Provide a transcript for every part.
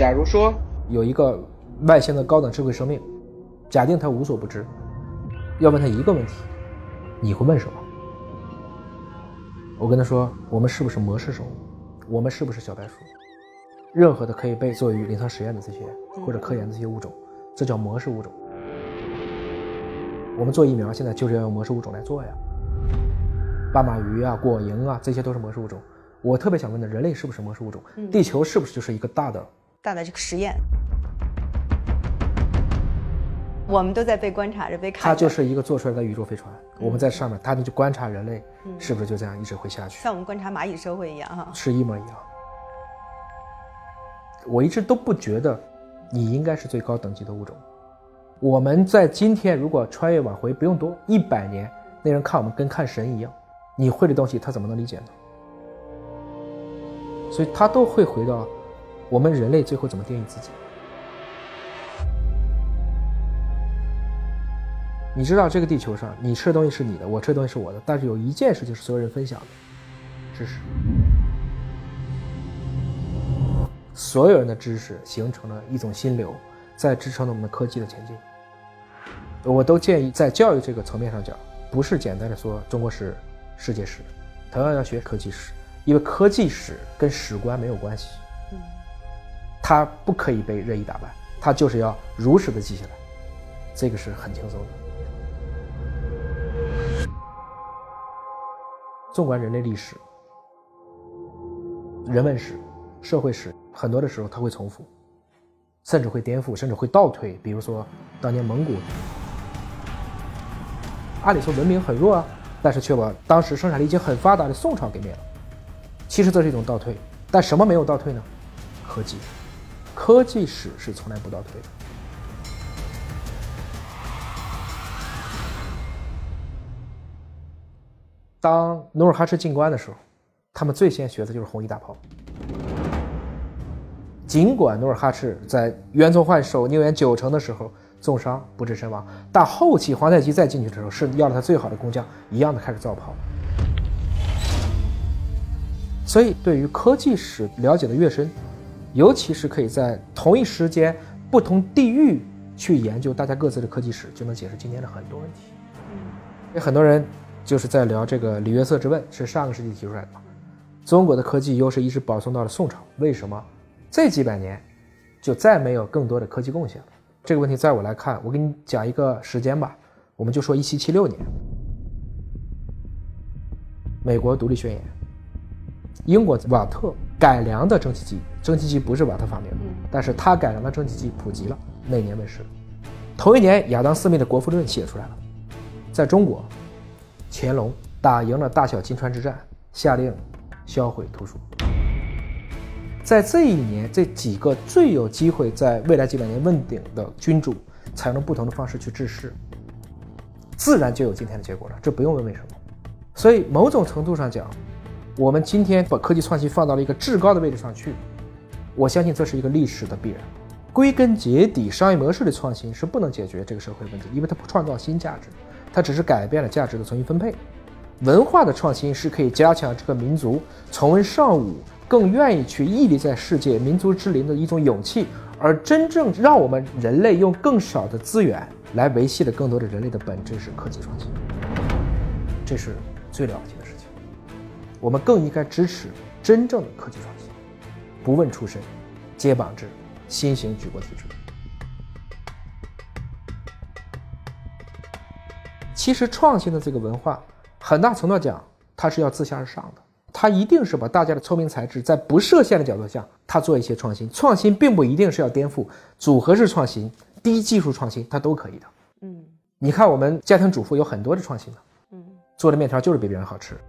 假如说有一个外星的高等智慧生命，假定他无所不知，要问他一个问题，你会问什么？我跟他说，我们是不是模式生物？我们是不是小白鼠？任何的可以被作于临床实验的这些或者科研的这些物种，这叫模式物种。我们做疫苗现在就是要用模式物种来做呀，斑马鱼啊、果蝇啊，这些都是模式物种。我特别想问的，人类是不是模式物种？地球是不是就是一个大的这个实验？我们都在被观察着，被看着。 它就是一个做出来的宇宙飞船，我们在上面，它就观察人类是不是就这样一直会下去， 像我们观察蚂蚁社会一样哈， 是一模一样。我一直都不觉得你应该是最高等级的物种。我们在今天如果穿越往回不用多100年，那人看我们跟看神一样，你会的东西他怎么能理解呢？所以他都会回到我们人类最后怎么定义自己。你知道这个地球上你吃的东西是你的，我吃的东西是我的，但是有一件事情是所有人分享的，知识。所有人的知识形成了一种心流，在支撑着我们的科技的前进。我都建议在教育这个层面上讲，不是简单的说中国史、世界史，同样要学科技史，因为科技史跟史观没有关系，它不可以被任意打败，它就是要如实的记下来，这个是很轻松的。纵观人类历史、人文史、社会史，很多的时候它会重复，甚至会颠覆，甚至会倒退。比如说当年蒙古，按理说文明很弱啊，但是却把当时生产力已经很发达的宋朝给灭了。其实这是一种倒退，但什么没有倒退呢？科技，科技史是从来不倒退的。当努尔哈赤进关的时候，他们最先学的就是红衣大炮。尽管努尔哈赤在袁崇焕守宁远9城的时候重伤不治身亡，但后期皇太极再进去的时候是要了他最好的工匠一样的开始造炮。所以对于科技史了解的越深，尤其是可以在同一时间不同地域去研究大家各自的科技史，就能解释今天的很多问题。有很多人就是在聊这个里约瑟之问，是上个世纪提出来的。中国的科技优势一直保送到了宋朝，为什么这几百年就再没有更多的科技贡献了？这个问题在我来看，我给你讲一个时间吧，我们就说1776年，美国独立宣言，英国瓦特改良的蒸汽机，蒸汽机不是瓦特发明的，但是他改良的蒸汽机普及了，那年问世。同一年亚当斯密的国富论写出来了。在中国，乾隆打赢了大小金川之战，下令销毁图书。在这一年，这几个最有机会在未来几百年问鼎的君主，采用不同的方式去治世，自然就有今天的结果了，这不用问为什么。所以某种程度上讲，我们今天把科技创新放到了一个至高的位置上去，我相信这是一个历史的必然。归根结底，商业模式的创新是不能解决这个社会的问题，因为它不创造新价值，它只是改变了价值的重新分配。文化的创新是可以加强这个民族从文尚武，更愿意去屹立在世界民族之林的一种勇气，而真正让我们人类用更少的资源来维系的更多的人类的本质是科技创新，这是最了不起的事情。我们更应该支持真正的科技创新，不问出身，接榜制，新型举国体制。其实创新的这个文化，很大程度讲，它是要自下而上的。它一定是把大家的聪明才智在不设限的角度下，它做一些创新。创新并不一定是要颠覆，组合式创新、低技术创新，它都可以的。你看我们家庭主妇有很多的创新的，做的面条就是比别人好吃。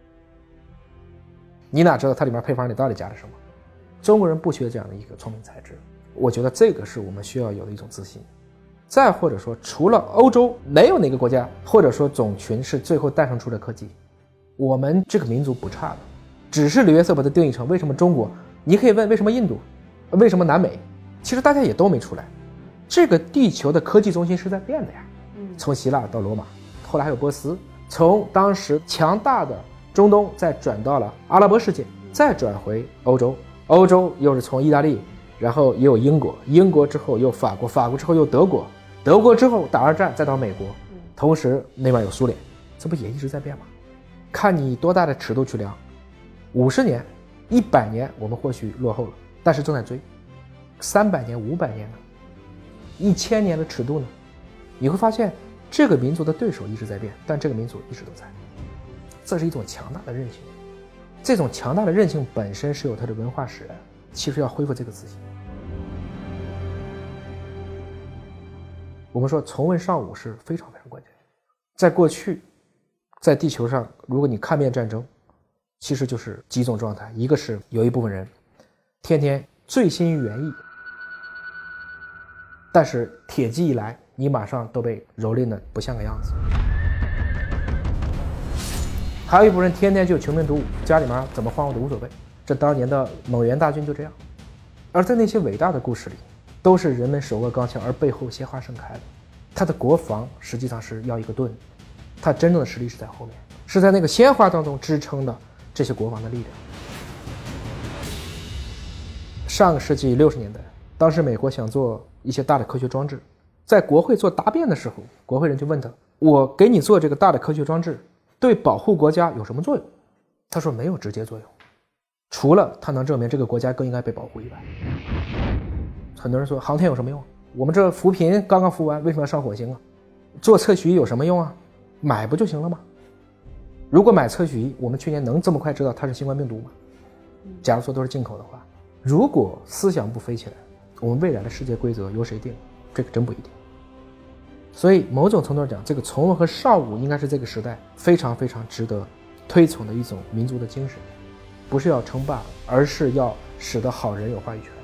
你哪知道它里面配方里到底加了什么？中国人不缺这样的一个聪明才智，我觉得这个是我们需要有的一种自信。再或者说，除了欧洲，没有哪个国家或者说种群是最后诞生出了科技。我们这个民族不差的，只是里约瑟把它定义成为什么中国，你可以问为什么印度，为什么南美，其实大家也都没出来。这个地球的科技中心是在变的呀，从希腊到罗马，后来还有波斯，从当时强大的中东再转到了阿拉伯世界，再转回欧洲，欧洲又是从意大利然后也有英国，英国之后又法国，法国之后又德国，德国之后打二战再到美国，同时那边有苏联，这不也一直在变吗？看你多大的尺度去量，50年、100年我们或许落后了，但是正在追，300年、500年呢，1000年的尺度呢？你会发现这个民族的对手一直在变，但这个民族一直都在。这是一种强大的韧性，这种强大的韧性本身是有它的文化史的，其实要恢复这个自信。我们说重温尚武是非常非常关键。在过去，在地球上，如果你看遍战争，其实就是几种状态，一个是有一部分人天天醉心于园艺，但是铁骑一来，你马上都被蹂躏的不像个样子。还有一部分人天天就穷兵黩武，家里面怎么慌我都无所谓。这当年的蒙元大军就这样。而在那些伟大的故事里，都是人们手握钢枪而背后鲜花盛开的。他的国防实际上是要一个盾，他真正的实力是在后面，是在那个鲜花当中支撑的这些国防的力量。上个世纪60年代，当时美国想做一些大的科学装置，在国会做答辩的时候，国会人就问他，我给你做这个大的科学装置对保护国家有什么作用？他说没有直接作用，除了他能证明这个国家更应该被保护以外。很多人说航天有什么用？我们这扶贫刚刚扶完，为什么要上火星啊？做测序仪有什么用啊？买不就行了吗？如果买测序仪，我们去年能这么快知道它是新冠病毒吗？假如说都是进口的话，如果思想不飞起来，我们未来的世界规则由谁定？这个真不一定。所以某种程度上讲，这个崇文和尚武应该是这个时代非常非常值得推崇的一种民族的精神，不是要称霸，而是要使得好人有话语权。